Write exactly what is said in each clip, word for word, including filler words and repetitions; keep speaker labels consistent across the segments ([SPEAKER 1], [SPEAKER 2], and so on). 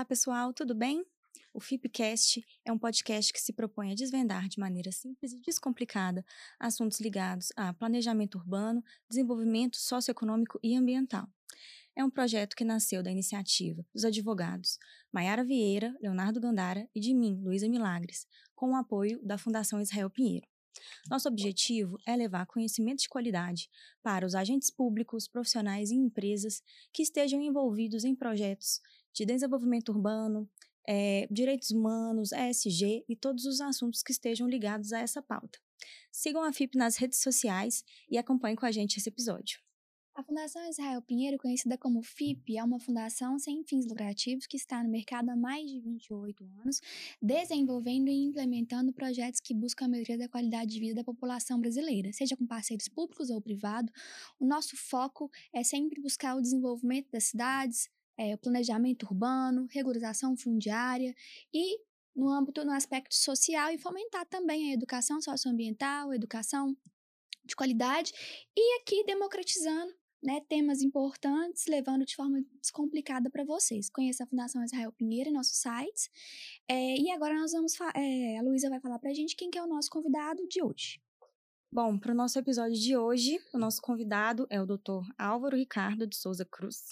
[SPEAKER 1] Olá, pessoal, tudo bem? O FIPcast é um podcast que se propõe a desvendar de maneira simples e descomplicada assuntos ligados a planejamento urbano, desenvolvimento socioeconômico e ambiental. É um projeto que nasceu da iniciativa dos advogados Maiara Vieira, Leonardo Gandara e de mim, Luísa Milagres, com o apoio da Fundação Israel Pinheiro. Nosso objetivo é levar conhecimento de qualidade para os agentes públicos, profissionais e empresas que estejam envolvidos em projetos de desenvolvimento urbano, eh, direitos humanos, E S G e todos os assuntos que estejam ligados a essa pauta. Sigam a F I P nas redes sociais e acompanhem com a gente esse episódio.
[SPEAKER 2] A Fundação Israel Pinheiro, conhecida como F I P, é uma fundação sem fins lucrativos que está no mercado há mais de vinte e oito anos, desenvolvendo e implementando projetos que buscam a melhoria da qualidade de vida da população brasileira, seja com parceiros públicos ou privados. O nosso foco é sempre buscar o desenvolvimento das cidades, é, o planejamento urbano, regularização fundiária e no âmbito, no aspecto social, e fomentar também a educação socioambiental, a educação de qualidade, e aqui democratizando, né, temas importantes, levando de forma descomplicada para vocês. Conheça a Fundação Israel Pinheiro em nossos sites. É, e agora nós vamos, é, a Luísa vai falar para a gente quem que é o nosso convidado de hoje.
[SPEAKER 1] Bom, para o nosso episódio de hoje, o nosso convidado é o doutor Álvaro Ricardo de Souza Cruz.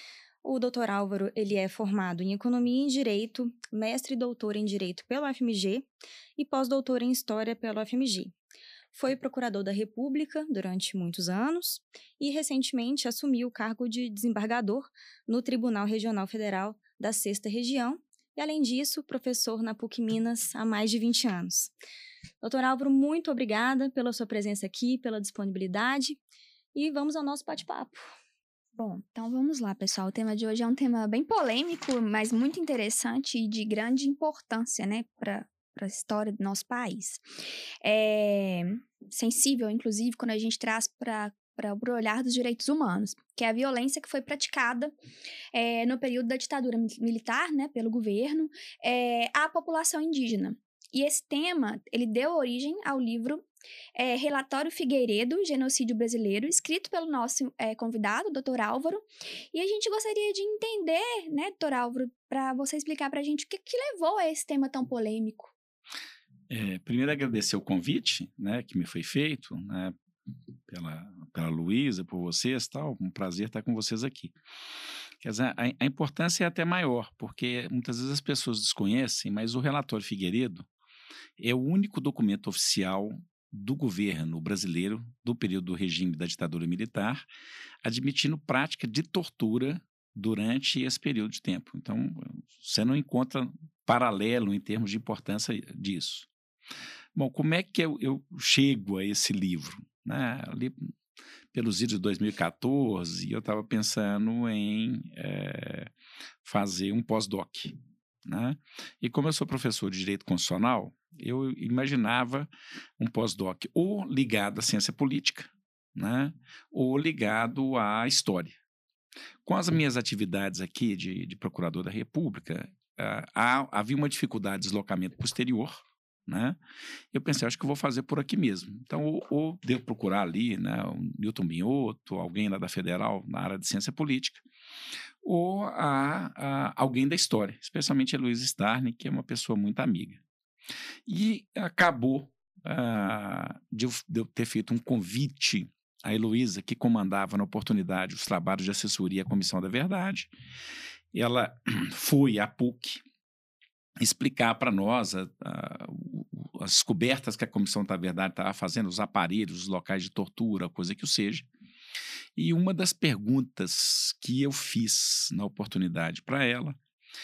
[SPEAKER 1] O doutor Álvaro, ele é formado em Economia e Direito, mestre e doutor em Direito pela U F M G e pós-doutor em História pela U F M G. Foi procurador da República durante muitos anos e, recentemente, assumiu o cargo de desembargador no Tribunal Regional Federal da sexta Região e, além disso, professor na PUC Minas há mais de vinte anos. doutor Álvaro, muito obrigada pela sua presença aqui, pela disponibilidade, e vamos ao nosso bate-papo.
[SPEAKER 2] Bom, então vamos lá, pessoal. O tema de hoje é um tema bem polêmico, mas muito interessante e de grande importância, né, para para a história do nosso país. É sensível, inclusive, quando a gente traz para para o olhar dos direitos humanos, que é a violência que foi praticada é, no período da ditadura militar, né, pelo governo, é, à população indígena. E esse tema, ele deu origem ao livro é, Relatório Figueiredo, Genocídio Brasileiro, escrito pelo nosso é, convidado, doutor Álvaro. E a gente gostaria de entender, né, doutor Álvaro, para você explicar para a gente o que, que levou a esse tema tão polêmico.
[SPEAKER 3] É, primeiro agradecer o convite, né, que me foi feito, né, pela, pela Luísa, por vocês, tal, um prazer estar com vocês aqui. Quer dizer, a, a importância é até maior, porque muitas vezes as pessoas desconhecem, mas o relatório Figueiredo é o único documento oficial do governo brasileiro do período do regime da ditadura militar, admitindo prática de tortura durante esse período de tempo. Então, você não encontra paralelo em termos de importância disso. Bom, como é que eu, eu chego a esse livro? Né? Ali, pelos idos de dois mil e quatorze, eu estava pensando em é, fazer um pós-doc. Né? E como eu sou professor de Direito Constitucional, eu imaginava um pós-doc ou ligado à ciência política, né? Ou ligado à história. Com as minhas atividades aqui de, de procurador da República, uh, há, havia uma dificuldade de deslocamento posterior, né? Eu pensei, acho que eu vou fazer por aqui mesmo. Então, ou, ou devo procurar ali, né, o Newton Binotto, alguém lá da Federal, na área de ciência política, ou a, a alguém da história, especialmente a Luísa Starne, que é uma pessoa muito amiga. E acabou uh, de, eu, de eu ter feito um convite à Heloísa, que comandava na oportunidade os trabalhos de assessoria à Comissão da Verdade. Ela foi à PUC explicar para nós a, a, as descobertas que a Comissão da Verdade estava fazendo, os aparelhos, os locais de tortura, coisa que o seja. E uma das perguntas que eu fiz na oportunidade para ela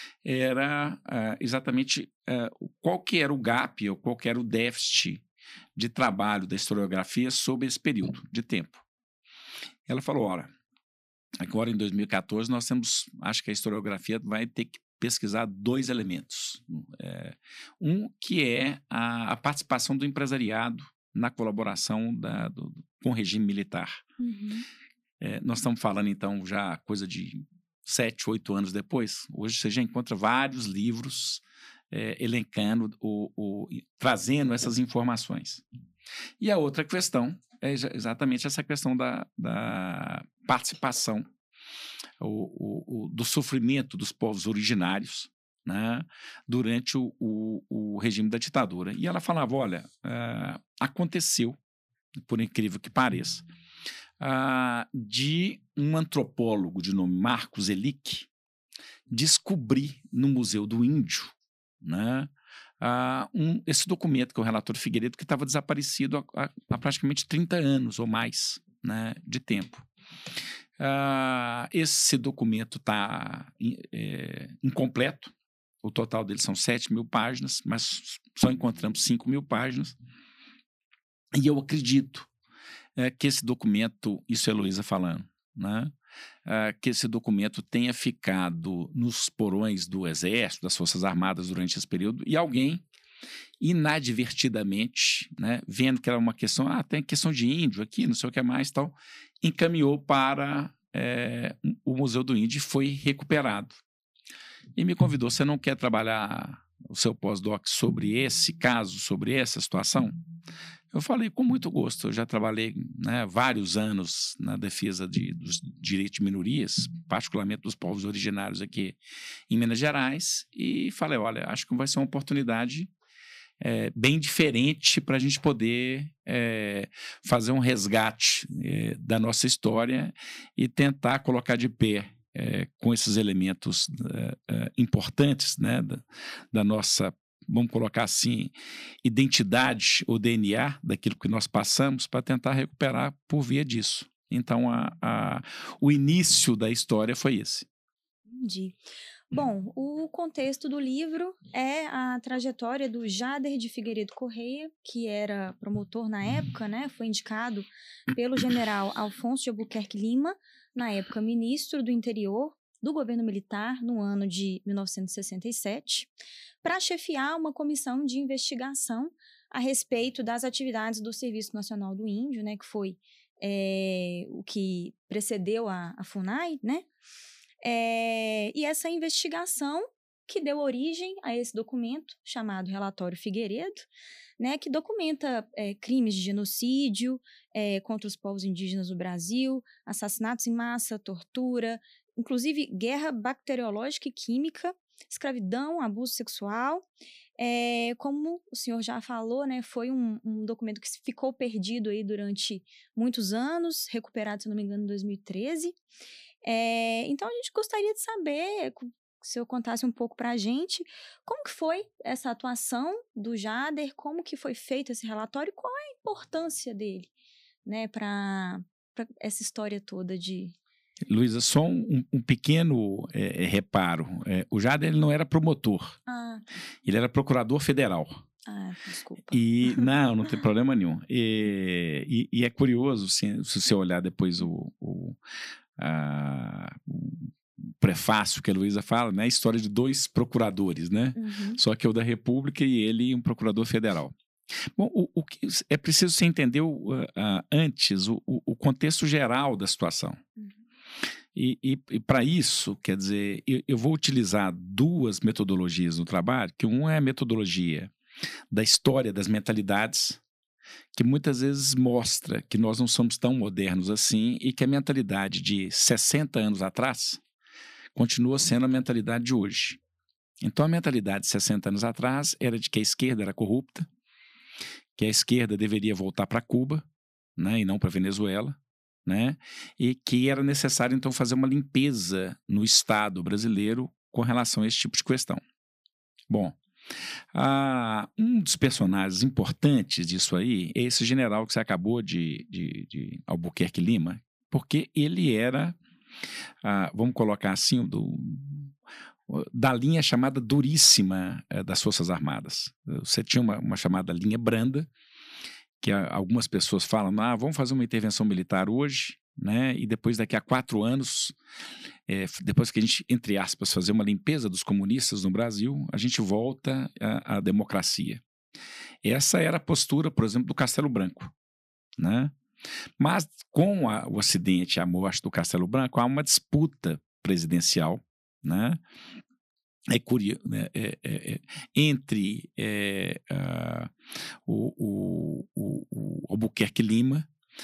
[SPEAKER 3] era uh, exatamente uh, qual que era o gap ou qual que era o déficit de trabalho da historiografia sobre esse período de tempo. Ela falou, olha, agora em dois mil e quatorze nós temos, acho que a historiografia vai ter que pesquisar dois elementos. É, um que é a, a participação do empresariado na colaboração da, do, com o regime militar. Uhum. É, nós estamos falando, então, já coisa de sete, oito anos depois. Hoje você já encontra vários livros é, elencando, o, o, trazendo essas informações. E a outra questão é exatamente essa questão da, da participação, o, o, o, do sofrimento dos povos originários né, durante o, o, o regime da ditadura. E ela falava, olha, uh, aconteceu, por incrível que pareça, uh, de um antropólogo de nome Marcos Elik descobrir no Museu do Índio, né, uh, um, esse documento, que é o relatório Figueiredo, que estava desaparecido há, há, há praticamente trinta anos ou mais, né, de tempo. Uh, esse documento está é, incompleto, o total dele são sete mil páginas, mas só encontramos cinco mil páginas, e eu acredito é, que esse documento, isso é a Heloísa falando, né, uh, que esse documento tenha ficado nos porões do Exército, das Forças Armadas durante esse período, e alguém inadvertidamente, né, vendo que era uma questão, ah, tem questão de índio aqui, não sei o que mais, tal, encaminhou para é, o Museu do Índio e foi recuperado. E me convidou, você não quer trabalhar o seu pós-doc sobre esse caso, sobre essa situação? Eu falei, com muito gosto, eu já trabalhei, né, vários anos na defesa de, dos direitos de minorias, particularmente dos povos originários aqui em Minas Gerais, e falei, olha, acho que vai ser uma oportunidade É, bem diferente para a gente poder é, fazer um resgate é, da nossa história e tentar colocar de pé é, com esses elementos é, é, importantes, né, da, da nossa, vamos colocar assim, identidade ou D N A daquilo que nós passamos, para tentar recuperar por via disso. Então, a, a, o início da história foi esse.
[SPEAKER 1] Entendi. Bom, o contexto do livro é a trajetória do Jader de Figueiredo Correia, que era promotor na época, né? Foi indicado pelo general Alfonso de Albuquerque Lima, na época ministro do interior do governo militar, no ano de mil novecentos e sessenta e sete, para chefiar uma comissão de investigação a respeito das atividades do Serviço Nacional do Índio, né? Que foi é, o que precedeu a, a FUNAI, né? É, e essa investigação que deu origem a esse documento chamado Relatório Figueiredo, né, que documenta é, crimes de genocídio é, contra os povos indígenas do Brasil, assassinatos em massa, tortura, inclusive guerra bacteriológica e química, escravidão, abuso sexual. É, como o senhor já falou, né, foi um, um documento que ficou perdido aí durante muitos anos, recuperado, se não me engano, em dois mil e treze. É, então, a gente gostaria de saber, se eu contasse um pouco para a gente, como que foi essa atuação do Jader, como que foi feito esse relatório e qual é a importância dele, né, para essa história toda de...
[SPEAKER 3] Luísa, só um, um pequeno é, reparo. É, o Jader ele não era promotor,
[SPEAKER 1] ah.
[SPEAKER 3] ele era procurador federal.
[SPEAKER 1] Ah, desculpa.
[SPEAKER 3] E, não, não tem problema nenhum. E, e, e é curioso, se, se você olhar depois o... o A, o prefácio que a Heloísa fala, né? A história de dois procuradores, né?
[SPEAKER 1] Uhum.
[SPEAKER 3] Só que eu da República e ele um procurador federal. Bom, o, o que é preciso você entender uh, uh, antes o, o contexto geral da situação.
[SPEAKER 1] Uhum.
[SPEAKER 3] E, e, e para isso, quer dizer, eu, eu vou utilizar duas metodologias no trabalho, que uma é a metodologia da história das mentalidades, que muitas vezes mostra que nós não somos tão modernos assim e que a mentalidade de sessenta anos atrás continua sendo a mentalidade de hoje. Então, a mentalidade de sessenta anos atrás era de que a esquerda era corrupta, que a esquerda deveria voltar para Cuba, né, e não para Venezuela, né, e que era necessário, então, fazer uma limpeza no Estado brasileiro com relação a esse tipo de questão. Bom, Ah, um dos personagens importantes disso aí é esse general que você acabou de, de, de Albuquerque Lima, porque ele era, ah, vamos colocar assim, do, da linha chamada duríssima eh, das Forças Armadas. Você tinha uma, uma chamada linha branda, que a, algumas pessoas falam, ah, vamos fazer uma intervenção militar hoje, né? E depois, daqui a quatro anos, é, depois que a gente, entre aspas, fazer uma limpeza dos comunistas no Brasil, a gente volta à, à democracia. Essa era a postura, por exemplo, do Castelo Branco, né? Mas com a, o acidente, a morte do Castelo Branco, há uma disputa presidencial, né? É curioso, né? é, é, é, entre é, uh, o, o, o Albuquerque Lima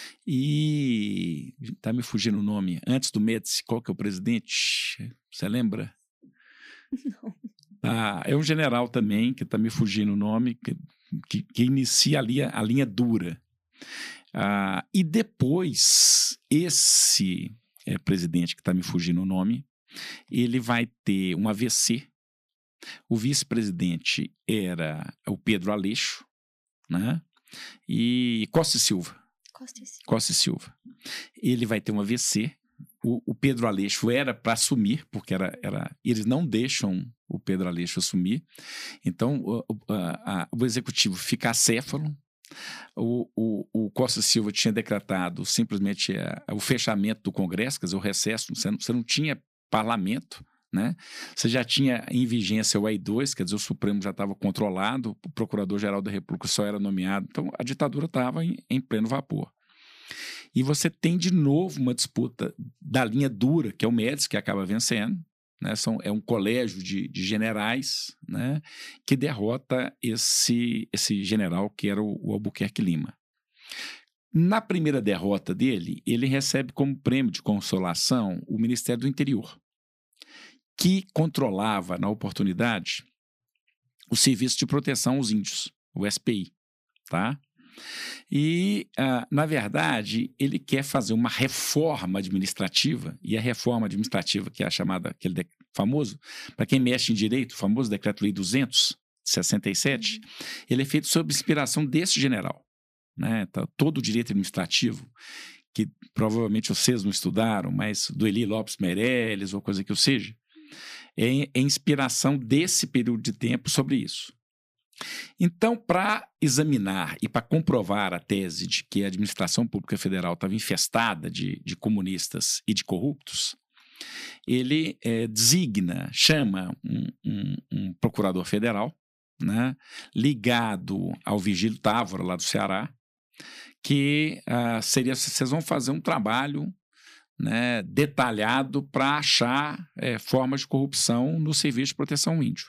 [SPEAKER 3] e tá me fugindo o nome, antes do Médici, qual que é o presidente? Você lembra?
[SPEAKER 1] Não.
[SPEAKER 3] Ah, é um general também, que está me fugindo o nome, que, que, que inicia a linha, a linha dura. Ah, e depois, esse é, presidente que está me fugindo o nome, ele vai ter um A V C. O vice-presidente era o Pedro Aleixo, né? E Costa e Silva.
[SPEAKER 2] Costa e Silva.
[SPEAKER 3] Costa e Silva. Ele vai ter um A V C. O, o Pedro Aleixo era para assumir, porque era, era, eles não deixam o Pedro Aleixo assumir. Então, o, a, a, o executivo fica acéfalo. O, o, o Costa e Silva tinha decretado simplesmente a, o fechamento do Congresso, quer dizer, o recesso. Você não, você não tinha parlamento, né? Você já tinha em vigência o A I dois, quer dizer, o Supremo já estava controlado, o Procurador-Geral da República só era nomeado. Então, a ditadura estava em, em pleno vapor. E você tem de novo uma disputa da linha dura, que é o Médici, que acaba vencendo, né? São, é um colégio de, de generais, né? Que derrota esse, esse general que era o, o Albuquerque Lima. Na primeira derrota dele, ele recebe como prêmio de consolação o Ministério do Interior, que controlava, na oportunidade, o Serviço de Proteção aos Índios, o S P I, tá? E, uh, na verdade, ele quer fazer uma reforma administrativa, e a reforma administrativa, que é a chamada, aquele de, famoso, para quem mexe em direito, o famoso Decreto-Lei duzentos, de sessenta e sete, ele é feito sob inspiração desse general, né? Então, todo o direito administrativo, que provavelmente vocês não estudaram, mas do Eli Lopes Meirelles, ou coisa que eu seja, é, é inspiração desse período de tempo sobre isso. Então, para examinar e para comprovar a tese de que a administração pública federal estava infestada de, de comunistas e de corruptos, ele é, designa, chama um, um, um procurador federal, né, ligado ao Vigílio Távora, lá do Ceará, que uh, seria, vocês vão fazer um trabalho, né, detalhado para achar é, formas de corrupção no Serviço de Proteção ao Índio.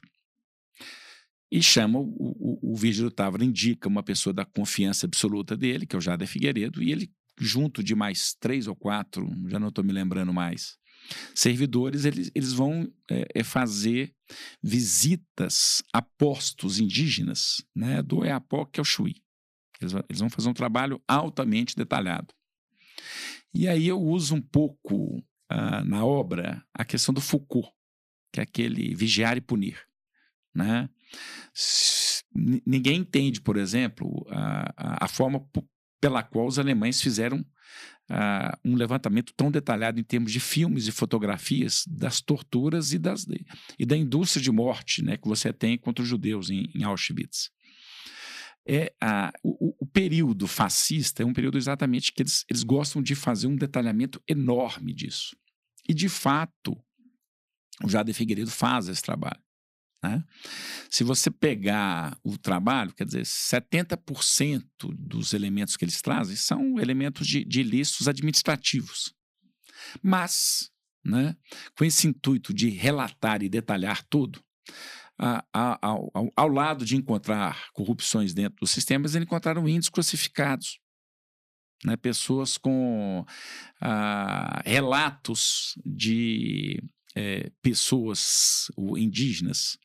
[SPEAKER 3] E chama, o, o, o Vigílio Távora indica uma pessoa da confiança absoluta dele, que é o Jader Figueiredo, e ele, junto de mais três ou quatro, já não estou me lembrando mais, servidores, eles, eles vão é, fazer visitas a postos indígenas, né, do Oiapoque ao Chuí. Eles, eles vão fazer um trabalho altamente detalhado. E aí eu uso um pouco uh, na obra a questão do Foucault, que é aquele vigiar e punir, né? Ninguém entende, por exemplo, a, a, a forma pela qual os alemães fizeram uh, um levantamento tão detalhado em termos de filmes e fotografias das torturas e, das, e da indústria de morte, né, que você tem contra os judeus em, em Auschwitz. É, a, o, o período fascista é um período exatamente que eles, eles gostam de fazer um detalhamento enorme disso. E, de fato, o Jader Figueiredo faz esse trabalho, né? Se você pegar o trabalho, quer dizer, setenta por cento dos elementos que eles trazem são elementos de, de ilícitos administrativos. Mas, né, com esse intuito de relatar e detalhar tudo, A, a, ao, ao, ao lado de encontrar corrupções dentro dos sistemas, eles encontraram índios crucificados, né? Pessoas com ah, relatos de é, pessoas indígenas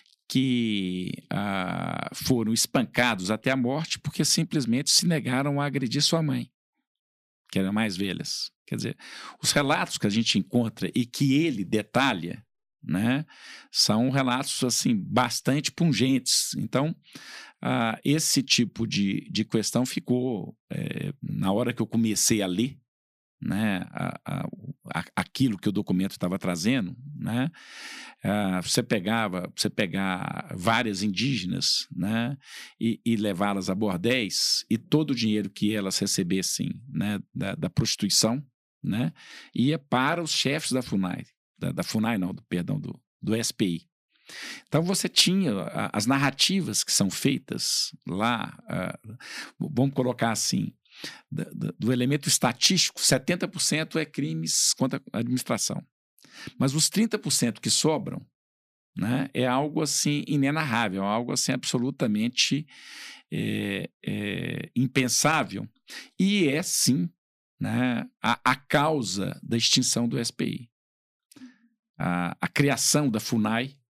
[SPEAKER 3] que ah, foram espancados até a morte porque simplesmente se negaram a agredir sua mãe, que eram mais velhas. Quer dizer, os relatos que a gente encontra e que ele detalha, né, são relatos assim, bastante pungentes. Então, uh, esse tipo de, de questão ficou, é, na hora que eu comecei a ler, né, a, a, a, aquilo que o documento estava trazendo, né, uh, você pegava, você pegar várias indígenas, né, e, e levá-las a bordéis, e todo o dinheiro que elas recebessem, né, da, da prostituição, né, ia para os chefes da FUNAI. Da, da FUNAI, não, do, perdão, do, do S P I. Então, você tinha a, as narrativas que são feitas lá, uh, vamos colocar assim, da, da, do elemento estatístico, setenta por cento é crimes contra a administração. Mas os trinta por cento que sobram, né, é algo assim inenarrável, algo assim absolutamente é, é, impensável. E é, sim, né, a, a causa da extinção do S P I. A, a criação da FUNAI,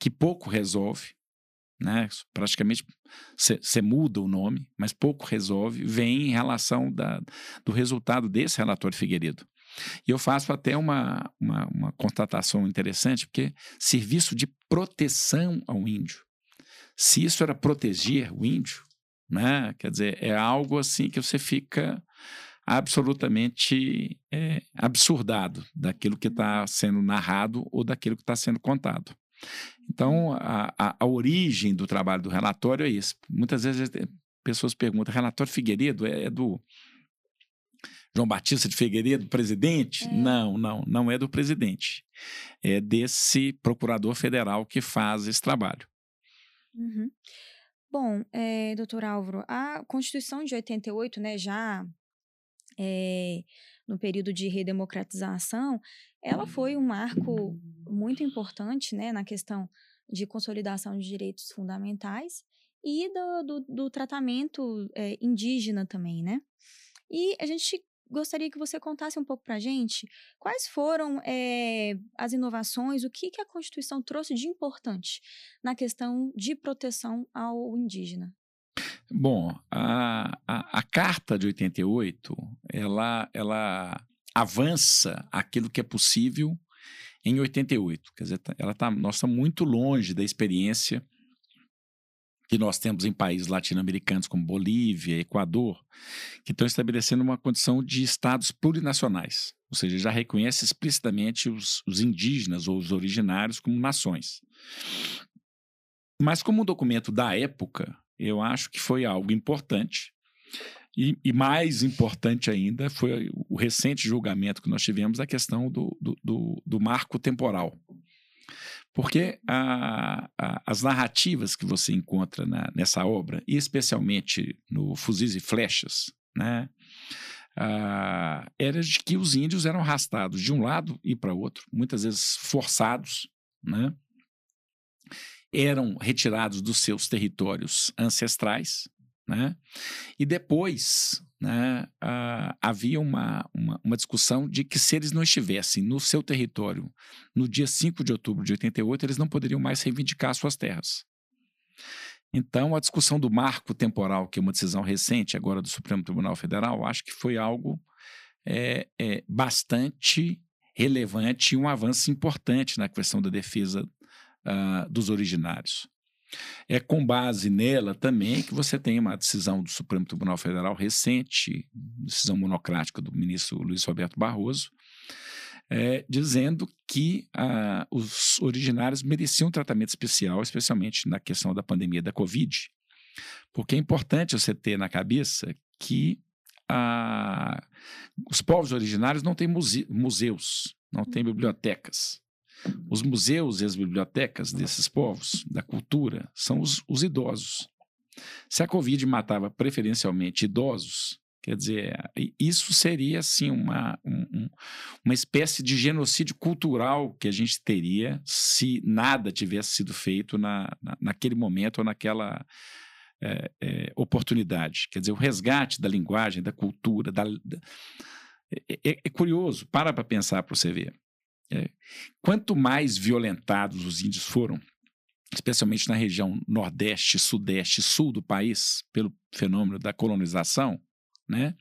[SPEAKER 3] que pouco resolve, né? Praticamente você muda o nome, mas pouco resolve, vem em relação da, do resultado desse relatório Figueiredo. E eu faço até uma, uma, uma constatação interessante, porque serviço de proteção ao índio. Se isso era proteger o índio, né? Quer dizer, é algo assim que você fica absolutamente é, absurdado daquilo que está sendo narrado ou daquilo que está sendo contado. Então, a, a, a origem do trabalho do relatório é isso. Muitas vezes pessoas perguntam, relatório Figueiredo é, é do João Batista de Figueiredo, presidente? É. Não, não, não é do presidente. É desse procurador federal que faz esse trabalho.
[SPEAKER 1] Uhum. Bom, é, doutor Álvaro, a Constituição de oitenta e oito, né, já é, no período de redemocratização, ela foi um marco muito importante, né, na questão de consolidação de direitos fundamentais e do, do, do tratamento é, indígena também, né? E a gente gostaria que você contasse um pouco para a gente quais foram é, as inovações, o que, que a Constituição trouxe de importante na questão de proteção ao indígena.
[SPEAKER 3] Bom, a, a, a Carta de oitenta e oito, ela, ela avança aquilo que é possível em oitenta e oito. Quer dizer, ela tá, nós estamos muito longe da experiência que nós temos em países latino-americanos como Bolívia, Equador, que estão estabelecendo uma condição de estados plurinacionais, ou seja, já reconhece explicitamente os, os indígenas ou os originários como nações. Mas como um documento da época, eu acho que foi algo importante. E, e mais importante ainda foi o recente julgamento que nós tivemos, a questão do, do, do, do marco temporal. Porque a, a, as narrativas que você encontra na, nessa obra, e especialmente no Fuzis e Flechas, né, a, era de que os índios eram arrastados de um lado e para outro, muitas vezes forçados, né, eram retirados dos seus territórios ancestrais, né, e depois, né, uh, havia uma, uma, uma discussão de que se eles não estivessem no seu território no dia cinco de outubro de oitenta e oito, eles não poderiam mais reivindicar suas terras. Então, a discussão do marco temporal, que é uma decisão recente agora do Supremo Tribunal Federal, acho que foi algo é, é, bastante relevante e um avanço importante na questão da defesa uh, dos originários. É com base nela também que você tem uma decisão do Supremo Tribunal Federal recente, decisão monocrática do ministro Luiz Roberto Barroso, é, dizendo que ah, os originários mereciam um tratamento especial, especialmente na questão da pandemia da Covid, porque é importante você ter na cabeça que ah, os povos originários não têm muse- museus, não têm bibliotecas. Os museus e as bibliotecas desses povos, da cultura, são os, os idosos. Se a Covid matava preferencialmente idosos, quer dizer, isso seria assim, uma, um, uma espécie de genocídio cultural que a gente teria se nada tivesse sido feito na, na, naquele momento ou naquela é, é, oportunidade. Quer dizer, o resgate da linguagem, da cultura, da, da, é, é curioso, para para pensar para você ver. É, quanto mais violentados os índios foram, especialmente na região nordeste, sudeste, sul do país, pelo fenômeno da colonização, né,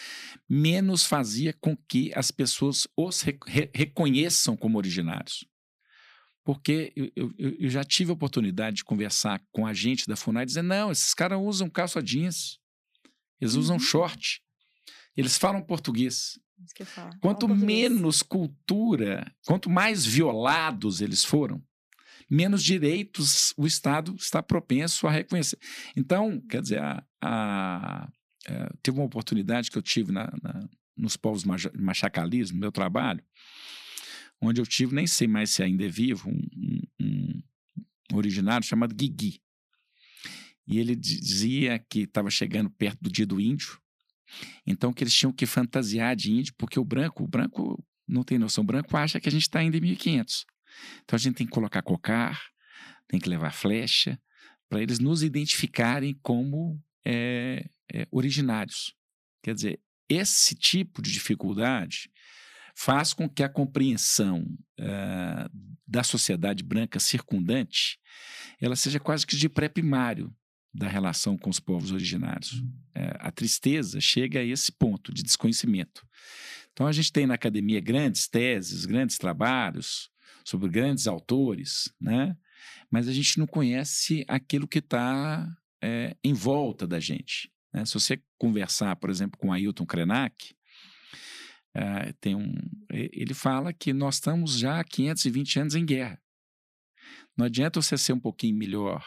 [SPEAKER 3] menos fazia com que as pessoas os re- reconheçam como originários. Porque eu, eu, eu já tive a oportunidade de conversar com a gente da FUNAI e dizer, não, esses caras usam calça jeans, eles uhum. usam short, eles falam português.
[SPEAKER 1] Isso que eu falo.
[SPEAKER 3] Quanto menos cultura, quanto mais violados eles foram, menos direitos o Estado está propenso a reconhecer. Então, quer dizer, a, a, a, teve uma oportunidade que eu tive na, na, nos povos machacalis, no meu trabalho, onde eu tive, nem sei mais se ainda é vivo, um, um, um originário chamado Guigui. E ele dizia que estava chegando perto do dia do índio, então que eles tinham que fantasiar de índio, porque o branco, o branco não tem noção, o branco acha que a gente está ainda em mil e quinhentos. Então a gente tem que colocar cocar, tem que levar flecha, para eles nos identificarem como é, é, originários. Quer dizer, esse tipo de dificuldade faz com que a compreensão uh, da sociedade branca circundante ela seja quase que de pré-primário da relação com os povos originários. Uh, a tristeza chega a esse ponto de desconhecimento. Então, a gente tem na academia grandes teses, grandes trabalhos sobre grandes autores, né? Mas a gente não conhece aquilo que está é, em volta da gente, né? Se você conversar, por exemplo, com Ailton Krenak, é, tem um, ele fala que nós estamos já há quinhentos e vinte anos em guerra. Não adianta você ser um pouquinho melhor,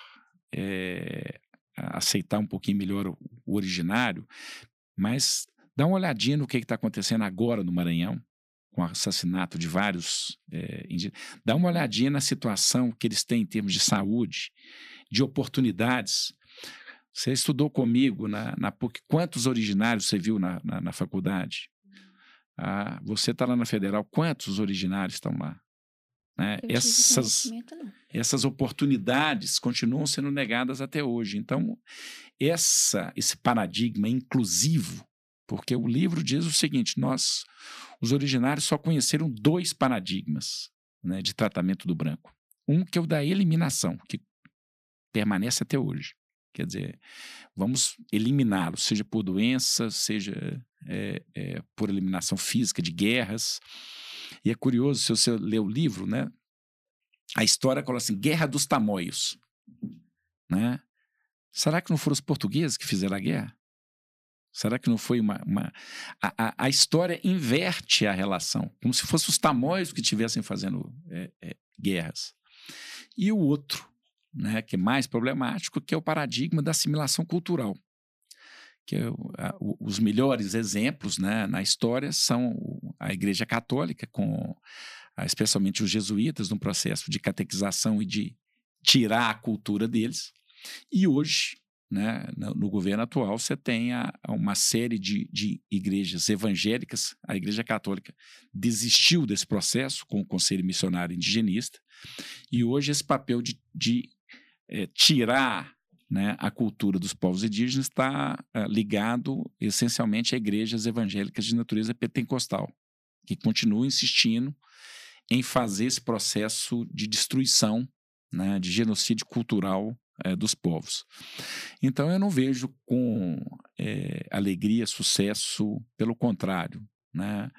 [SPEAKER 3] é, aceitar um pouquinho melhor o, o originário, mas dá uma olhadinha no que está acontecendo agora no Maranhão, com o assassinato de vários é, indígenas. Dá uma olhadinha na situação que eles têm em termos de saúde, de oportunidades. Você estudou comigo na, na P U C, quantos originários você viu na, na, na faculdade? Ah, você está lá na Federal, quantos originários estão lá? Né? Essas, essas oportunidades continuam sendo negadas até hoje. Então, essa, esse paradigma inclusivo, porque o livro diz o seguinte, nós, os originários, só conheceram dois paradigmas, né, de tratamento do branco. Um que é o da eliminação, que permanece até hoje. Quer dizer, vamos eliminá-lo, seja por doença, seja é, é, por eliminação física de guerras. E é curioso, se você ler o livro, né, a história coloca assim, Guerra dos Tamoios. Né? Será que não foram os portugueses que fizeram a guerra? Será que não foi uma... uma... A, a, a história inverte a relação, como se fossem os tamoios que estivessem fazendo é, é, guerras. E o outro, né, que é mais problemático, que é o paradigma da assimilação cultural. Que é o, a, o, os melhores exemplos, né, na história são a Igreja Católica, com, a, especialmente os jesuítas, no processo de catequização e de tirar a cultura deles. E hoje, né, no, no governo atual, você tem a, uma série de, de igrejas evangélicas. A Igreja Católica desistiu desse processo com o Conselho Missionário Indigenista, e hoje esse papel de, de é, tirar, né, a cultura dos povos indígenas está é, ligado essencialmente a igrejas evangélicas de natureza pentecostal, que continuam insistindo em fazer esse processo de destruição, né, de genocídio cultural É, dos povos. Então, eu não vejo com é, alegria, sucesso, pelo contrário, né?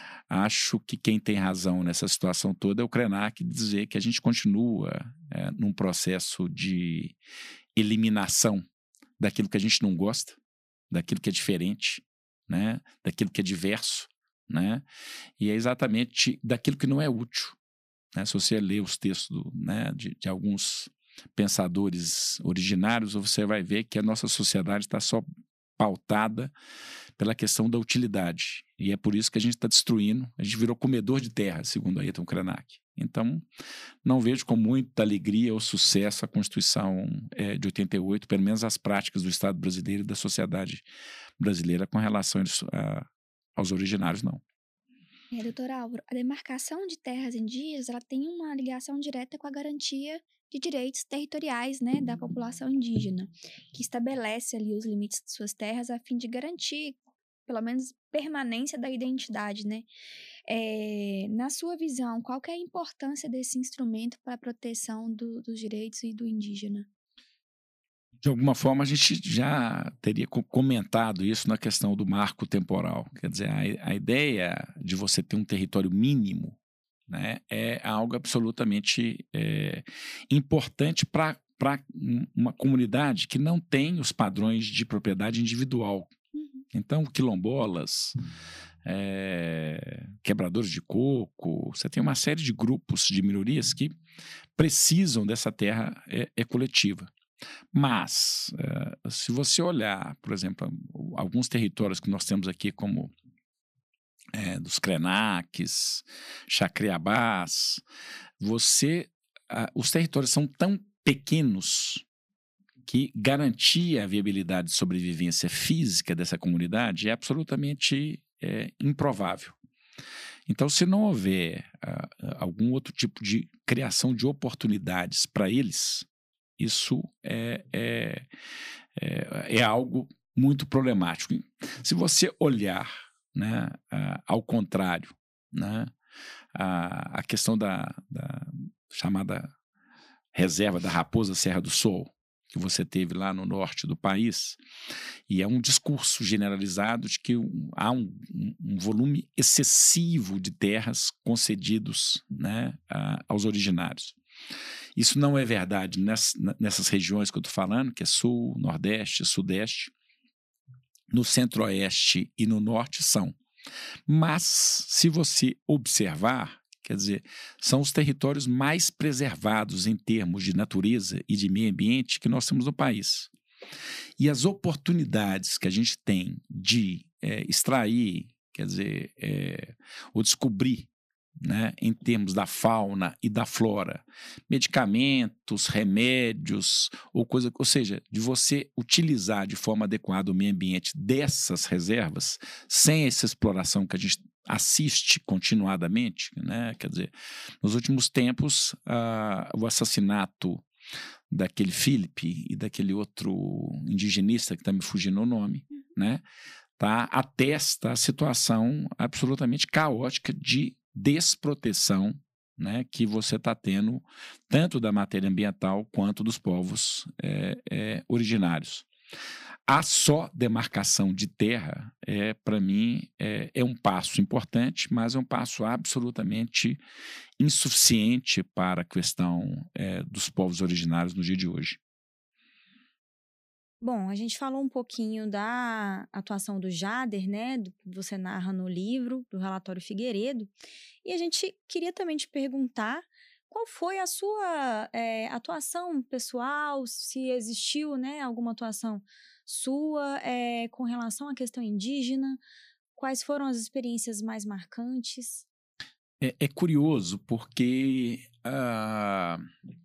[SPEAKER 3] Acho que quem tem razão nessa situação toda é o Krenak, dizer que a gente continua é, num processo de eliminação daquilo que a gente não gosta, daquilo que é diferente, né? Daquilo que é diverso, né? E é exatamente daquilo que não é útil, né? Se você ler os textos do, né, de, de alguns pensadores originários, você vai ver que a nossa sociedade está só pautada pela questão da utilidade. E é por isso que a gente está destruindo, a gente virou comedor de terra, segundo Ailton Krenak. Então, não vejo com muita alegria ou sucesso a Constituição é, de oitenta e oito, pelo menos as práticas do Estado brasileiro e da sociedade brasileira com relação a, aos originários, não.
[SPEAKER 2] É, doutor Álvaro, a demarcação de terras indígenas ela tem uma ligação direta com a garantia de direitos territoriais, né, da população indígena, que estabelece ali os limites de suas terras a fim de garantir, pelo menos, permanência da identidade, né? É, na sua visão, qual que é a importância desse instrumento para a proteção do, dos direitos e do indígena?
[SPEAKER 3] De alguma forma, a gente já teria comentado isso na questão do marco temporal. Quer dizer, a, a ideia de você ter um território mínimo, né, é algo absolutamente é, importante para uma comunidade que não tem os padrões de propriedade individual.
[SPEAKER 2] Uhum.
[SPEAKER 3] Então, quilombolas, é, quebradores de coco, você tem uma série de grupos de minorias que precisam dessa terra é, é coletiva. Mas, uh, se você olhar, por exemplo, alguns territórios que nós temos aqui, como é, dos Krenaks, Chacreabás, você, uh, os territórios são tão pequenos que garantir a viabilidade de sobrevivência física dessa comunidade é absolutamente é, improvável. Então, se não houver uh, algum outro tipo de criação de oportunidades para eles, isso é, é, é, é algo muito problemático. Se você olhar, né, uh, ao contrário, né? A, a questão da, da chamada reserva da Raposa Serra do Sol, que você teve lá no norte do país, e é um discurso generalizado de que há um, um volume excessivo de terras concedidos, né, a, aos originários. Isso não é verdade nessas, nessas regiões que eu estou falando, que é sul, nordeste, sudeste. No centro-oeste e no norte são. Mas, se você observar, quer dizer, são os territórios mais preservados em termos de natureza e de meio ambiente que nós temos no país. E as oportunidades que a gente tem de é, extrair, quer dizer, é, ou descobrir, né, em termos da fauna e da flora, medicamentos, remédios, ou coisa, ou seja, de você utilizar de forma adequada o meio ambiente dessas reservas, sem essa exploração que a gente assiste continuadamente, né? Quer dizer, nos últimos tempos, uh, o assassinato daquele Felipe e daquele outro indigenista que está me fugindo o nome, né? Tá, atesta a situação absolutamente caótica de desproteção, né, que você está tendo tanto da matéria ambiental quanto dos povos é, é, originários. A só demarcação de terra, é, para mim, é, é um passo importante, mas é um passo absolutamente insuficiente para a questão é, dos povos originários no dia de hoje.
[SPEAKER 1] Bom, a gente falou um pouquinho da atuação do Jader, né, do que você narra no livro, do relatório Figueiredo, e a gente queria também te perguntar qual foi a sua é, atuação pessoal, se existiu, né, alguma atuação sua é, com relação à questão indígena, quais foram as experiências mais marcantes?
[SPEAKER 3] É, é curioso porque uh,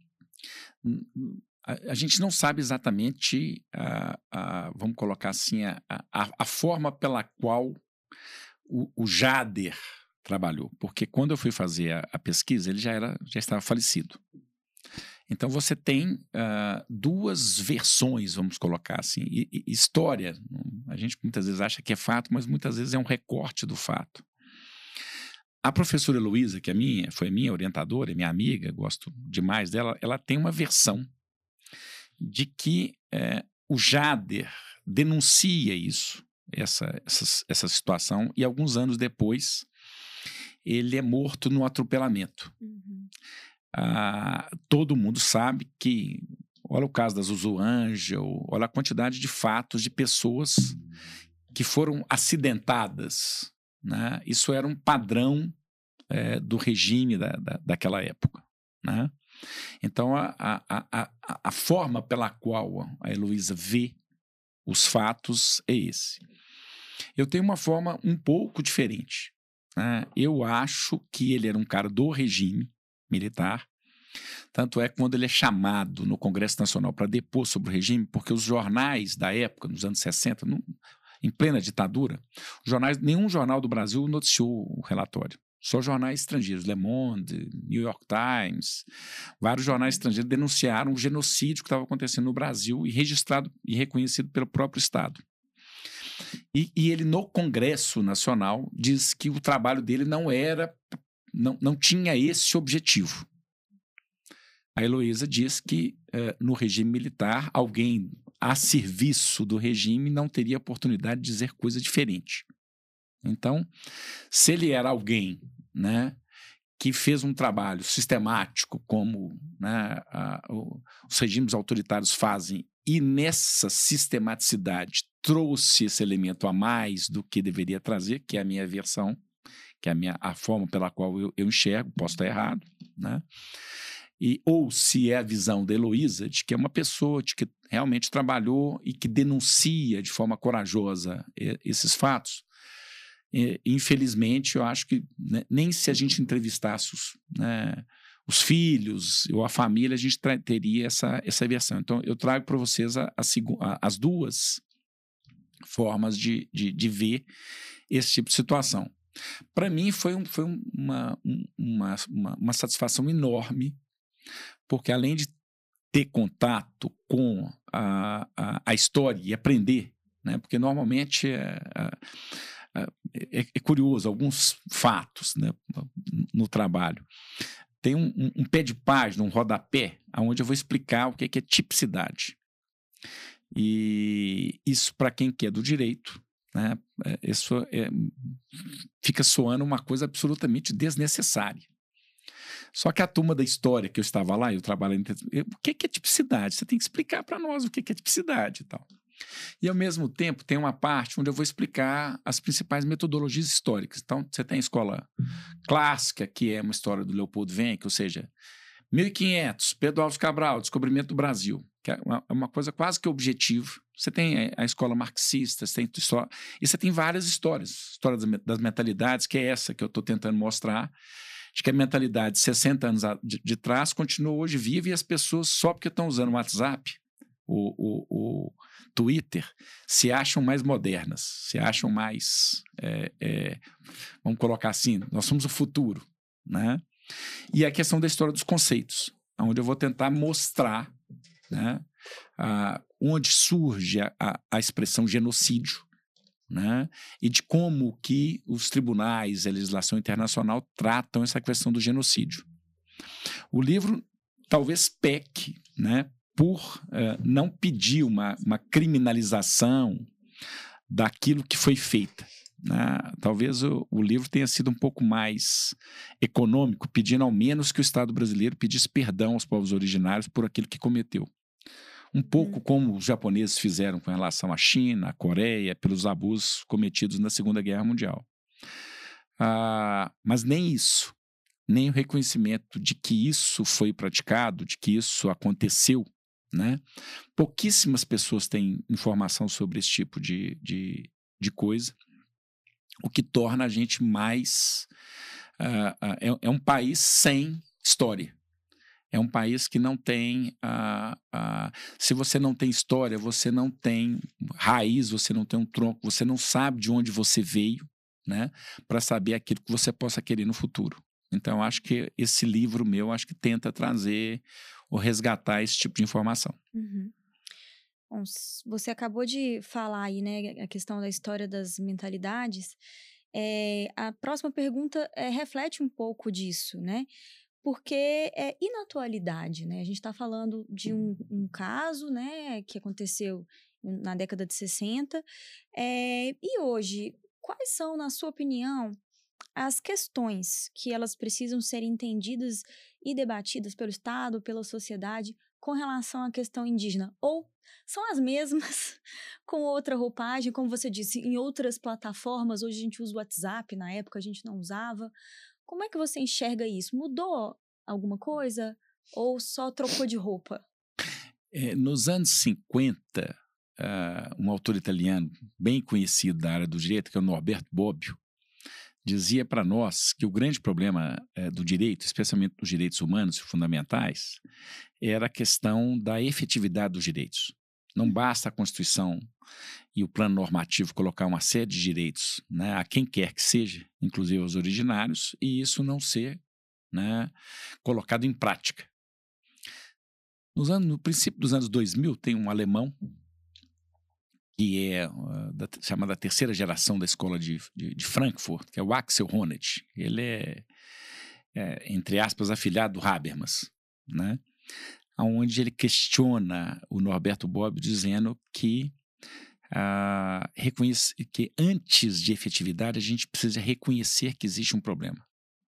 [SPEAKER 3] a, a gente não sabe exatamente, uh, uh, vamos colocar assim, a, a, a forma pela qual o, o Jader trabalhou, porque quando eu fui fazer a, a pesquisa, ele já, era, já estava falecido. Então, você tem uh, duas versões, vamos colocar assim, e, e, história. A gente muitas vezes acha que é fato, mas muitas vezes é um recorte do fato. A professora Heloísa, que é minha, foi minha orientadora, minha amiga, gosto demais dela, ela tem uma versão de que é, o Jader denuncia isso, essa, essa, essa situação, e alguns anos depois ele é morto no atropelamento. Uhum. Ah, todo mundo sabe que, olha o caso da Zuzu Angel, olha a quantidade de fatos de pessoas que foram acidentadas, né? Isso era um padrão é, do regime da, da, daquela época, né? Então, a, a, a, a forma pela qual a Heloísa vê os fatos é esse. Eu tenho uma forma um pouco diferente, né? Eu acho que ele era um cara do regime militar, tanto é que quando ele é chamado no Congresso Nacional para depor sobre o regime, porque os jornais da época, nos anos sessenta, no, em plena ditadura, jornais, nenhum jornal do Brasil noticiou o relatório, só jornais estrangeiros, Le Monde, New York Times, vários jornais estrangeiros denunciaram o genocídio que estava acontecendo no Brasil e registrado e reconhecido pelo próprio Estado. E, e ele, no Congresso Nacional, diz que o trabalho dele não era, não, não tinha esse objetivo. A Heloísa diz que, eh, no regime militar, alguém a serviço do regime não teria oportunidade de dizer coisa diferente. Então, se ele era alguém, né, que fez um trabalho sistemático, como, né, a, o, os regimes autoritários fazem, e nessa sistematicidade trouxe esse elemento a mais do que deveria trazer, que é a minha versão, que é a, minha, a forma pela qual eu, eu enxergo, posso estar errado, né? E, ou se é a visão da Heloísa, de que é uma pessoa de que realmente trabalhou e que denuncia de forma corajosa esses fatos. E, infelizmente, eu acho que, né, nem se a gente entrevistasse os, né, os filhos ou a família, a gente teria essa, essa versão. Então, eu trago para vocês a, a, a, as duas formas de, de, de ver esse tipo de situação. Para mim, foi, um, foi uma, uma, uma, uma satisfação enorme, porque além de ter contato com a, a, a história e aprender, né, porque normalmente é, é, é, é curioso, alguns fatos, né, no trabalho. Tem um, um, um pé de página, um rodapé, onde eu vou explicar o que é, que é tipicidade. E isso, para quem quer do direito, né, isso é, fica soando uma coisa absolutamente desnecessária. Só que a turma da história que eu estava lá, eu trabalhei, o que é tipicidade? Você tem que explicar para nós o que é tipicidade e tal. E, ao mesmo tempo, tem uma parte onde eu vou explicar as principais metodologias históricas. Então, você tem a escola clássica, que é uma história do Leopoldo Wenck, ou seja, mil e quinhentos, Pedro Álvares Cabral, descobrimento do Brasil, que é uma, uma coisa quase que objetiva. Você tem a escola marxista, você tem história, e você tem várias histórias. História das, das mentalidades, que é essa que eu estou tentando mostrar, de que a mentalidade de sessenta anos de, de trás continua hoje viva e as pessoas, só porque estão usando o WhatsApp, o, o, o Twitter, se acham mais modernas, se acham mais, é, é, vamos colocar assim, nós somos o futuro, né? E a questão da história dos conceitos, onde eu vou tentar mostrar, né, a, onde surge a, a, a expressão genocídio, né, e de como que os tribunais, a legislação internacional tratam essa questão do genocídio. O livro talvez peque, né, por uh, não pedir uma, uma criminalização daquilo que foi feito. Né? Talvez o, o livro tenha sido um pouco mais econômico, pedindo ao menos que o Estado brasileiro pedisse perdão aos povos originários por aquilo que cometeu. Um pouco hum. como os japoneses fizeram com relação à China, à Coreia, pelos abusos cometidos na Segunda Guerra Mundial. Ah, mas nem isso, nem o reconhecimento de que isso foi praticado, de que isso aconteceu, né? Pouquíssimas pessoas têm informação sobre esse tipo de, de, de coisa, o que torna a gente mais... Uh, uh, é, é um país sem história. É um país que não tem... Uh, uh, se você não tem história, você não tem raiz, você não tem um tronco, você não sabe de onde você veio, né? Para saber aquilo que você possa querer no futuro. Então, acho que esse livro meu, acho que tenta trazer ou resgatar esse tipo de informação.
[SPEAKER 1] Uhum. Bom, você acabou de falar aí, né, a questão da história das mentalidades. É, a próxima pergunta é, reflete um pouco disso, né? Porque é, e na atualidade, né? A gente está falando de um, um caso, né, que aconteceu na década de sessenta. É, e hoje, quais são, na sua opinião, as questões que elas precisam ser entendidas e debatidas pelo Estado, pela sociedade, com relação à questão indígena? Ou são as mesmas, com outra roupagem, como você disse, em outras plataformas? Hoje a gente usa o WhatsApp, na época a gente não usava. Como é que você enxerga isso? Mudou alguma coisa ou só trocou de roupa?
[SPEAKER 3] É, nos anos cinquenta, uh, um autor italiano bem conhecido da área do direito, que é o Norberto Bobbio, dizia para nós que o grande problema é, do direito, especialmente dos direitos humanos e fundamentais, era a questão da efetividade dos direitos. Não basta a Constituição e o plano normativo colocar uma série de direitos, né, a quem quer que seja, inclusive aos originários, e isso não ser, né, colocado em prática. Nos anos, no princípio dos anos dois mil, tem um alemão que é uh, da, chamada terceira geração da escola de, de, de Frankfurt, que é o Axel Honneth. Ele é, é, entre aspas, afilhado do Habermas, né? Onde ele questiona o Norberto Bobbio dizendo que, uh, reconhece, que antes de efetividade a gente precisa reconhecer que existe um problema.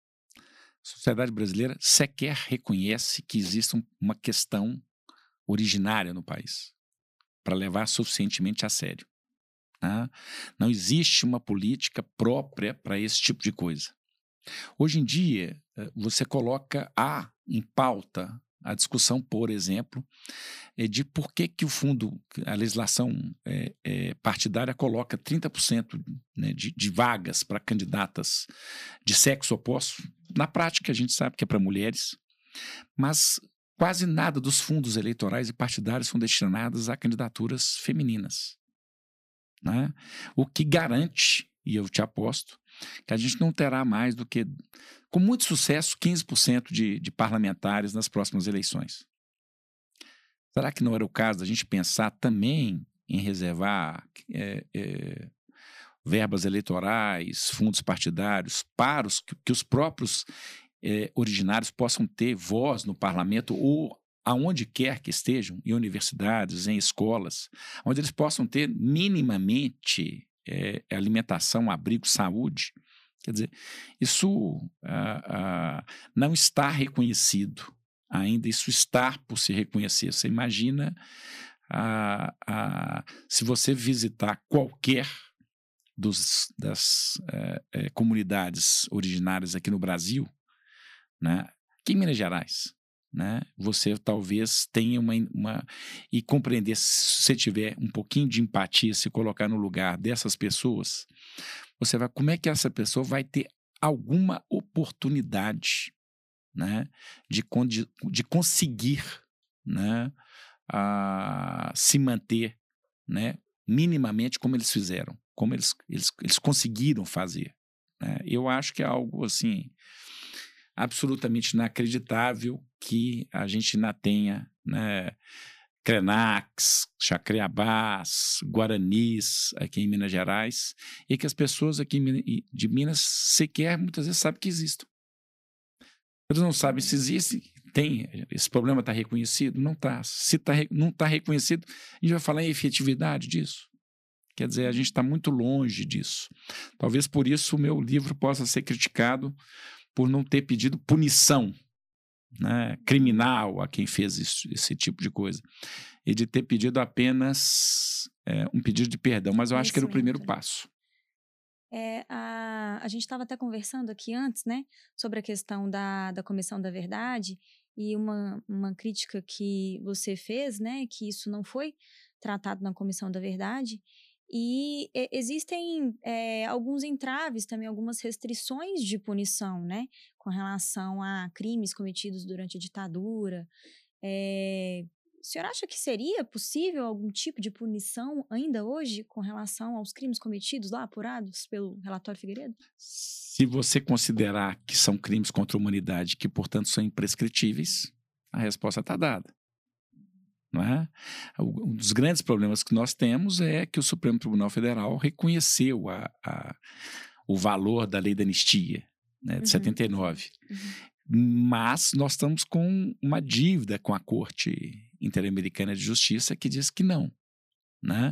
[SPEAKER 3] A sociedade brasileira sequer reconhece que existe um, uma questão originária no país para levar suficientemente a sério. Tá? Não existe uma política própria para esse tipo de coisa. Hoje em dia, você coloca a, em pauta a discussão, por exemplo, de por que, que o fundo, a legislação é, é, partidária coloca trinta por cento, né, de, de vagas para candidatas de sexo oposto. Na prática, a gente sabe que é para mulheres, mas quase nada dos fundos eleitorais e partidários são destinados a candidaturas femininas, né? O que garante, e eu te aposto, que a gente não terá mais do que, com muito sucesso, quinze por cento de, de parlamentares nas próximas eleições. Será que não era o caso da gente pensar também em reservar é, é, verbas eleitorais, fundos partidários, para os, que, que os próprios eh, originários possam ter voz no parlamento ou aonde quer que estejam, em universidades, em escolas, onde eles possam ter minimamente eh, alimentação, abrigo, saúde. Quer dizer, isso ah, ah, não está reconhecido ainda, isso está por se reconhecer. Você imagina ah, ah, se você visitar qualquer dos, das eh, eh, comunidades originárias aqui no Brasil, né, aqui em Minas Gerais, né, você talvez tenha uma, uma... E compreender, se você tiver um pouquinho de empatia, se colocar no lugar dessas pessoas, você vai, como é que essa pessoa vai ter alguma oportunidade, né, de, de, de conseguir, né, a, se manter, né, minimamente como eles fizeram, como eles, eles, eles conseguiram fazer. Né? Eu acho que é algo assim absolutamente inacreditável que a gente ainda tenha, né, Krenax, Chacreabás, Guaranis aqui em Minas Gerais, e que as pessoas aqui de Minas sequer muitas vezes sabem que existem. Eles não sabem se existe, tem, esse problema está reconhecido? Não está. Se tá, não está reconhecido, a gente vai falar em efetividade disso. Quer dizer, a gente está muito longe disso. Talvez por isso o meu livro possa ser criticado por não ter pedido punição, né, criminal a quem fez isso, esse tipo de coisa, e de ter pedido apenas é, um pedido de perdão, mas eu acho que era o primeiro passo.
[SPEAKER 1] É, a, a gente estava até conversando aqui antes, né, sobre a questão da, da Comissão da Verdade, e uma, uma crítica que você fez, né, que isso não foi tratado na Comissão da Verdade, e e, existem é, alguns entraves também, algumas restrições de punição, né, com relação a crimes cometidos durante a ditadura. É, o senhor acha que seria possível algum tipo de punição ainda hoje com relação aos crimes cometidos lá, apurados pelo relatório Figueiredo?
[SPEAKER 3] Se você considerar que são crimes contra a humanidade, que, portanto, são imprescritíveis, a resposta está dada. Não é? Um dos grandes problemas que nós temos é que o Supremo Tribunal Federal reconheceu a, a, o valor da lei da anistia, né, de uhum. setenta e nove. Uhum. Mas nós estamos com uma dívida com a Corte Interamericana de Justiça que diz que não. Né?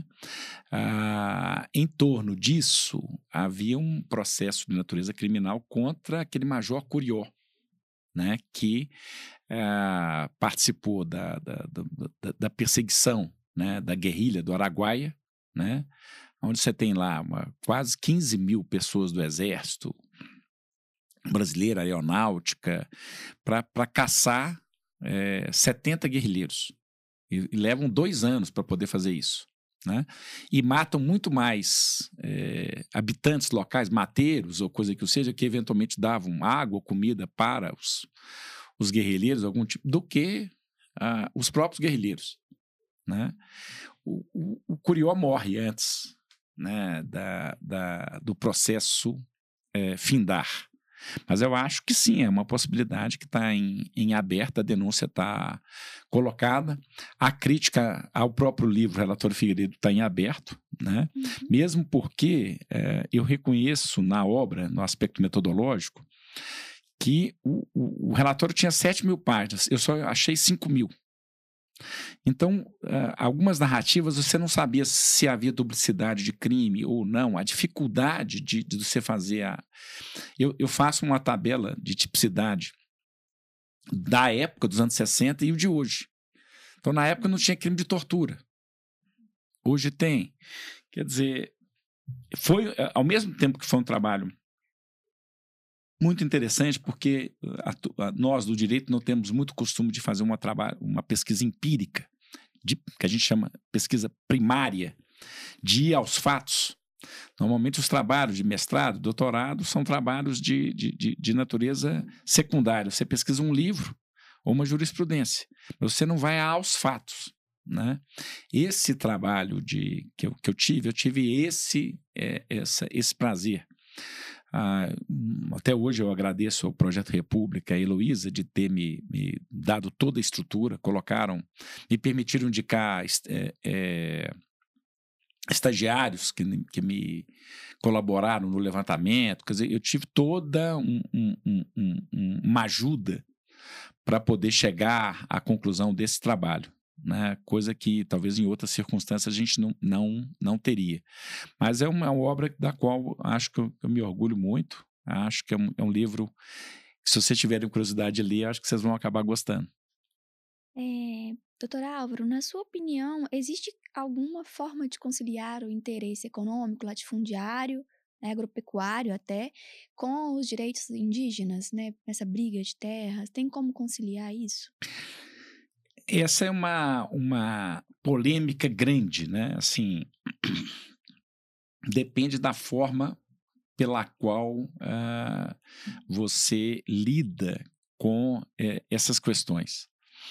[SPEAKER 3] Ah, em torno disso, havia um processo de natureza criminal contra aquele Major Curió, né, que ah, participou da, da, da, da perseguição, né, da guerrilha do Araguaia, né, onde você tem lá uma, quase quinze mil pessoas do Exército Brasileiro, aeronáutica, para caçar é, setenta guerrilheiros. E, e levam dois anos para poder fazer isso. Né? E matam muito mais é, habitantes locais, mateiros ou coisa que o seja, que eventualmente davam água ou comida para os, os guerrilheiros, algum tipo, do que ah, os próprios guerrilheiros. Né? O, o, o Curió morre antes, né, da, da, do processo é, findar. Mas eu acho que sim, é uma possibilidade que está em, em aberta, a denúncia está colocada, a crítica ao próprio livro Relatório Figueiredo está em aberto, né? Uhum. Mesmo porque é, eu reconheço na obra, no aspecto metodológico, que o, o, o relatório tinha sete mil páginas, eu só achei cinco mil. Então, uh, algumas narrativas você não sabia se havia duplicidade de crime ou não, a dificuldade de, de você fazer a... Eu, eu faço uma tabela de tipicidade da época dos anos sessenta e o de hoje. Então, na época não tinha crime de tortura. Hoje tem. Quer dizer, foi, ao mesmo tempo que foi um trabalho muito interessante, porque a, a, nós do direito não temos muito costume de fazer uma, trabalho, uma pesquisa empírica, de, que a gente chama pesquisa primária, de ir aos fatos. Normalmente os trabalhos de mestrado, doutorado, são trabalhos de, de, de, de natureza secundária. Você pesquisa um livro ou uma jurisprudência, mas você não vai aos fatos. Né? Esse trabalho de, que, eu, que eu tive, eu tive esse, é, essa, esse prazer. Ah, até hoje eu agradeço ao Projeto República, a Heloísa, de ter me, me dado toda a estrutura, colocaram, me permitiram indicar é, é, estagiários que, que me colaboraram no levantamento. Quer dizer, eu tive toda um, um, um, um, uma ajuda para poder chegar à conclusão desse trabalho, né? Coisa que talvez em outras circunstâncias a gente não, não, não teria. Mas é uma obra da qual acho que eu, eu me orgulho muito. Acho que é um, é um livro que, se vocês tiverem curiosidade de ler, acho que vocês vão acabar gostando.
[SPEAKER 2] É, doutor Álvaro, na sua opinião, existe alguma forma de conciliar o interesse econômico, latifundiário, né, agropecuário até, com os direitos indígenas, né, nessa briga de terras? Tem como conciliar isso?
[SPEAKER 3] Essa é uma, uma polêmica grande, né? Assim, depende da forma pela qual uh, você lida com uh, essas questões.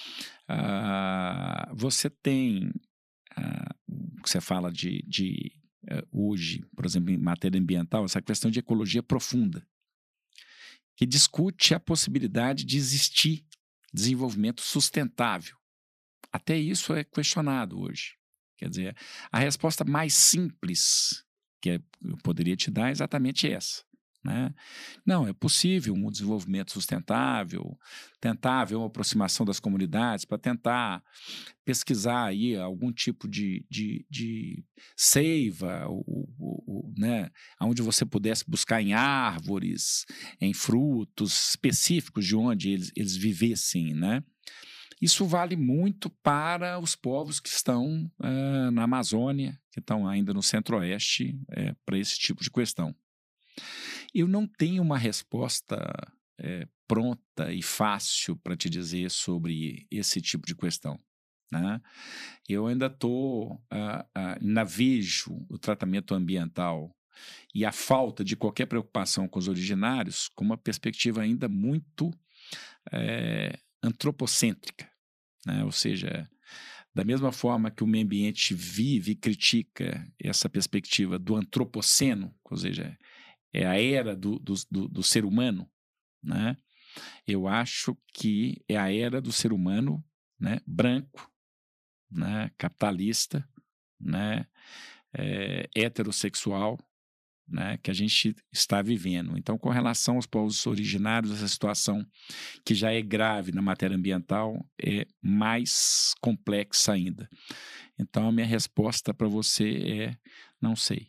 [SPEAKER 3] Uh, você tem, uh, você fala de, de uh, hoje, por exemplo, em matéria ambiental, essa questão de ecologia profunda, que discute a possibilidade de existir desenvolvimento sustentável. Até isso é questionado hoje. Quer dizer, a resposta mais simples que eu poderia te dar é exatamente essa, né? Não, é possível um desenvolvimento sustentável, tentar haver uma aproximação das comunidades para tentar pesquisar aí algum tipo de, de, de seiva, o, o, o, né? Onde você pudesse buscar em árvores, em frutos específicos de onde eles, eles vivessem, né? Isso vale muito para os povos que estão uh, na Amazônia, que estão ainda no Centro-Oeste, uh, para esse tipo de questão. Eu não tenho uma resposta uh, pronta e fácil para te dizer sobre esse tipo de questão, né? Eu ainda estou, uh, uh, ainda vejo o tratamento ambiental e a falta de qualquer preocupação com os originários com uma perspectiva ainda muito uh, antropocêntrica, né? Ou seja, da mesma forma que o meio ambiente vive e critica essa perspectiva do antropoceno, ou seja, é a era do, do, do, do ser humano, né? Eu acho que é a era do ser humano, né? Branco, né? Capitalista, né? É, heterossexual, né, que a gente está vivendo. Então, com relação aos povos originários, essa situação que já é grave na matéria ambiental é mais complexa ainda. Então, a minha resposta para você é: não sei.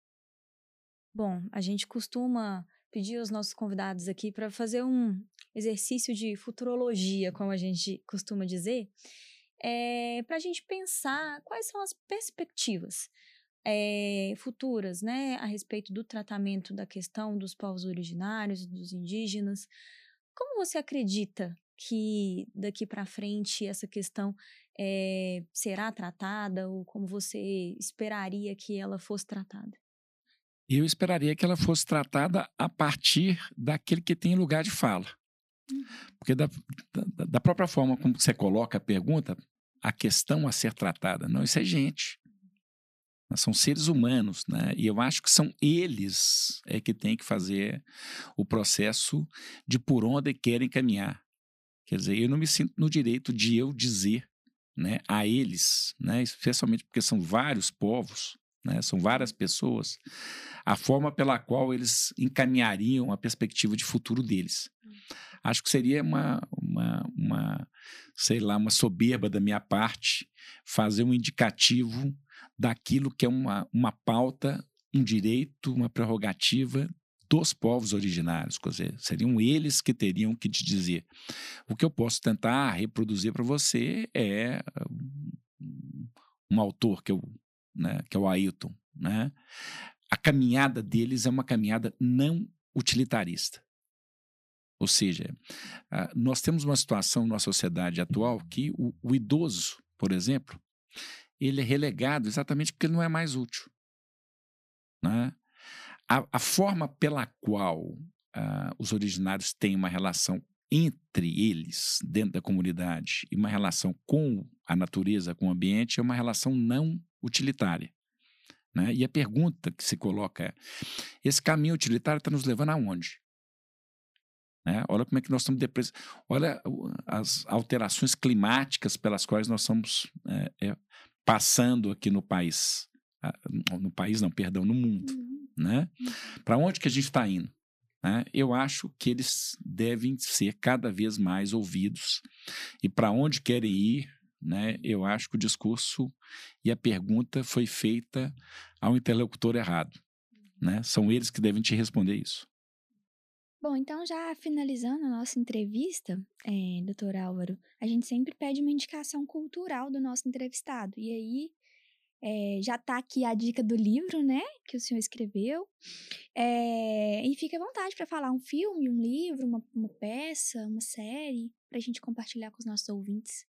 [SPEAKER 1] Bom, a gente costuma pedir aos nossos convidados aqui para fazer um exercício de futurologia, como a gente costuma dizer, é, para a gente pensar quais são as perspectivas É, futuras, né, a respeito do tratamento da questão dos povos originários, dos indígenas. Como você acredita que daqui para frente essa questão é, será tratada ou como você esperaria que ela fosse tratada?
[SPEAKER 3] Eu esperaria que ela fosse tratada a partir daquele que tem lugar de fala.
[SPEAKER 2] Uhum.
[SPEAKER 3] Porque da, da, da própria forma como você coloca a pergunta, a questão a ser tratada, não, isso é gente. São seres humanos, né? E eu acho que são eles é que têm que fazer o processo de por onde querem caminhar. Quer dizer, eu não me sinto no direito de eu dizer, né, a eles, né, especialmente porque são vários povos, né, são várias pessoas, a forma pela qual eles encaminhariam a perspectiva de futuro deles. Acho que seria uma, uma, uma, sei lá, uma soberba da minha parte fazer um indicativo daquilo que é uma, uma pauta, um direito, uma prerrogativa dos povos originários. Quer dizer, seriam eles que teriam que te dizer. O que eu posso tentar reproduzir para você é um, um autor, que, eu, né, que é o Ailton, né? A caminhada deles é uma caminhada não utilitarista. Ou seja, uh, nós temos uma situação na sociedade atual que o, o idoso, por exemplo, ele é relegado exatamente porque ele não é mais útil, né? A, a forma pela qual uh, os originários têm uma relação entre eles, dentro da comunidade, e uma relação com a natureza, com o ambiente, é uma relação não utilitária, né? E a pergunta que se coloca é: esse caminho utilitário está nos levando aonde? Né? Olha como é que nós estamos depressa. Olha as alterações climáticas pelas quais nós estamos é, é, passando aqui no país, no país não, perdão, no mundo,
[SPEAKER 2] Uhum.
[SPEAKER 3] né? Para onde que a gente está indo? Né? Eu acho que eles devem ser cada vez mais ouvidos. E para onde querem ir, né? Eu acho que o discurso e a pergunta foi feita ao interlocutor errado, né? São eles que devem te responder isso.
[SPEAKER 2] Bom, então já finalizando a nossa entrevista, é, doutor Álvaro, a gente sempre pede uma indicação cultural do nosso entrevistado. E aí, é, já tá aqui a dica do livro, né, que o senhor escreveu. É, e fique à vontade para falar um filme, um livro, uma, uma peça, uma série, para a gente compartilhar com os nossos ouvintes.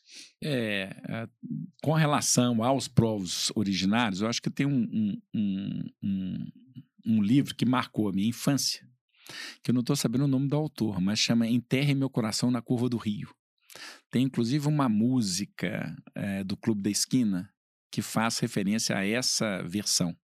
[SPEAKER 3] É, é, com relação aos povos originários, eu acho que tem um, um, um, um, um livro que marcou a minha infância, que eu não estou sabendo o nome do autor, mas chama Enterre Meu Coração na Curva do Rio. Tem inclusive uma música é, do Clube da Esquina que faz referência a essa versão,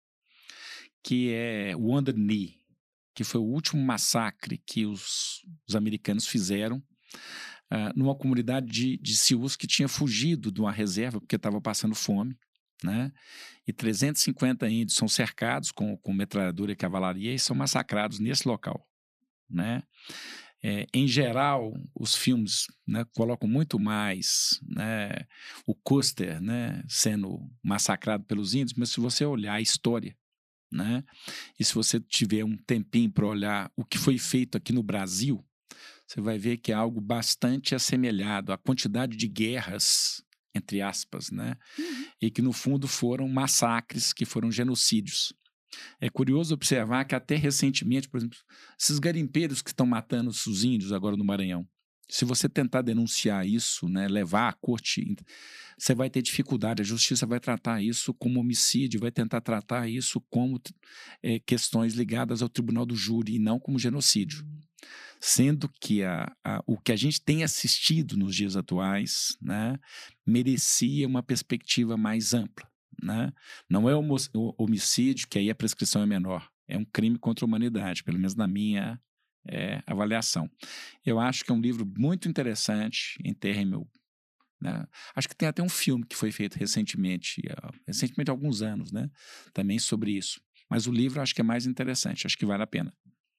[SPEAKER 3] que é Wounded Knee, que foi o último massacre que os, os americanos fizeram Uh, numa comunidade de, de Siús que tinha fugido de uma reserva porque estava passando fome, né? E trezentos e cinquenta índios são cercados com, com metralhadora e cavalaria e são massacrados nesse local, né? É, em geral, os filmes, né, colocam muito mais, né, o Custer, né, sendo massacrado pelos índios, mas se você olhar a história, né, e se você tiver um tempinho para olhar o que foi feito aqui no Brasil, você vai ver que é algo bastante assemelhado à quantidade de guerras, entre aspas, né?
[SPEAKER 2] Uhum.
[SPEAKER 3] E que, no fundo, foram massacres, que foram genocídios. É curioso observar que até recentemente, por exemplo, esses garimpeiros que estão matando os índios agora no Maranhão, se você tentar denunciar isso, né, levar à corte, você vai ter dificuldade. A justiça vai tratar isso como homicídio, vai tentar tratar isso como é, questões ligadas ao tribunal do júri e não como genocídio. Sendo que a, a, o que a gente tem assistido nos dias atuais, né, merecia uma perspectiva mais ampla. Né? Não é homicídio, que aí a prescrição é menor. É um crime contra a humanidade, pelo menos na minha é, avaliação. Eu acho que é um livro muito interessante, Enterre Meu. Né? Acho que tem até um filme que foi feito recentemente, recentemente há alguns anos, né? Também sobre isso. Mas o livro acho que é mais interessante, acho que vale a pena.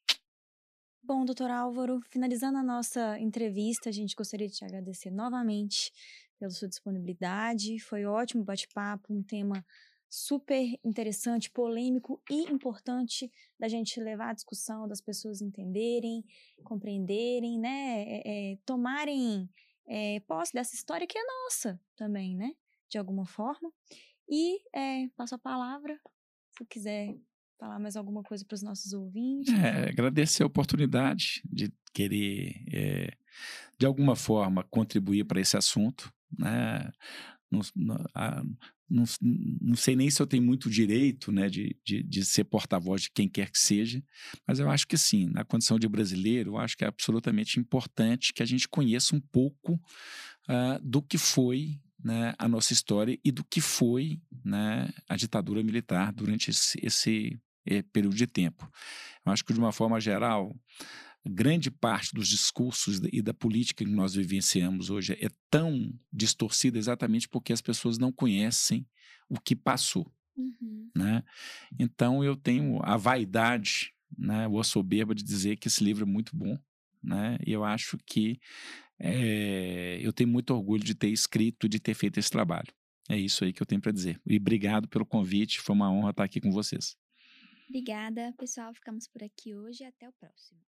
[SPEAKER 1] Bom, doutor Álvaro, finalizando a nossa entrevista, a gente gostaria de te agradecer novamente pela sua disponibilidade. Foi ótimo bate-papo, um tema super interessante, polêmico e importante da gente levar à discussão, das pessoas entenderem, compreenderem, né, é, é, tomarem é, posse dessa história que é nossa também, né, de alguma forma. E é, passo a palavra, se quiser falar mais alguma coisa para os nossos ouvintes.
[SPEAKER 3] É, agradecer a oportunidade de querer, é, de alguma forma, contribuir para esse assunto, né? Não, não, a, não, não sei nem se eu tenho muito direito, né, de, de, de ser porta-voz de quem quer que seja, mas eu acho que sim, na condição de brasileiro, eu acho que é absolutamente importante que a gente conheça um pouco uh, do que foi, né, a nossa história e do que foi, né, a ditadura militar durante esse, esse período de tempo. Eu acho que, de uma forma geral, grande parte dos discursos e da política que nós vivenciamos hoje é tão distorcida exatamente porque as pessoas não conhecem o que passou.
[SPEAKER 2] Uhum.
[SPEAKER 3] Né? Então, eu tenho a vaidade, né, ou a soberba de dizer que esse livro é muito bom, né? E eu acho que é, eu tenho muito orgulho de ter escrito e de ter feito esse trabalho. É isso aí que eu tenho para dizer. E obrigado pelo convite, foi uma honra estar aqui com vocês.
[SPEAKER 2] Obrigada, pessoal. Ficamos por aqui hoje e até o próximo.